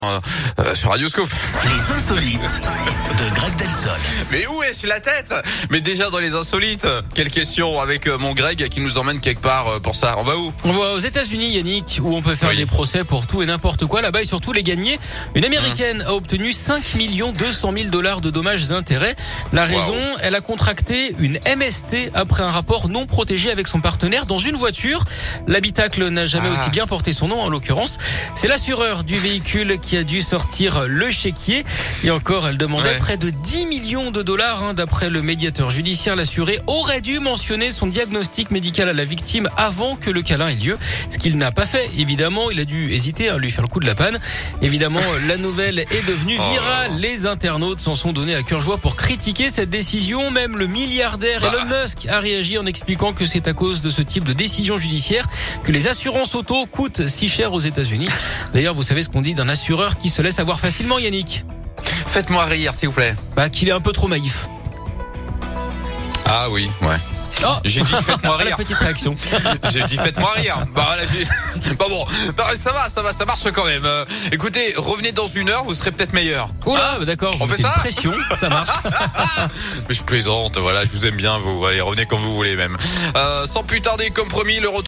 Sur Radioscope. Les insolites de Greg Delsol. Mais où est-ce la tête? Mais déjà dans les insolites, quelle question avec mon Greg qui nous emmène quelque part pour ça. On va où? On va aux États-Unis, Yannick, où on peut faire des procès pour tout et n'importe quoi là-bas et surtout les gagner. Une Américaine a obtenu 5 200 000 $ de dommages et intérêts. La raison, elle a contracté une MST après un rapport non protégé avec son partenaire dans une voiture. L'habitacle n'a jamais aussi bien porté son nom en l'occurrence. C'est l'assureur du véhicule qui a dû sortir le chéquier. Et encore, elle demandait près de 10 millions de dollars. D'après le médiateur judiciaire, l'assuré aurait dû mentionner son diagnostic médical à la victime avant que le câlin ait lieu. Ce qu'il n'a pas fait, évidemment. Il a dû hésiter à lui faire le coup de la panne. Évidemment, la nouvelle est devenue virale. Les internautes s'en sont donnés à cœur joie pour critiquer cette décision. Même le milliardaire Elon Musk a réagi en expliquant que c'est à cause de ce type de décision judiciaire que les assurances auto coûtent si cher aux États-Unis. D'ailleurs, vous savez ce qu'on dit d'un assureur qui se laisse avoir facilement, Yannick? Faites-moi rire, s'il vous plaît. Qu'il est un peu trop naïf. Ah oui, ouais. Oh j'ai dit faites-moi rire. La petite réaction. J'ai dit faites-moi rire. Ça marche quand même. Écoutez, revenez dans 1 heure, vous serez peut-être meilleur. Oula, d'accord. On fait ça? Pression, ça marche. Mais je plaisante, voilà, je vous aime bien, vous. Allez, revenez comme vous voulez même. Sans plus tarder, comme promis, le retour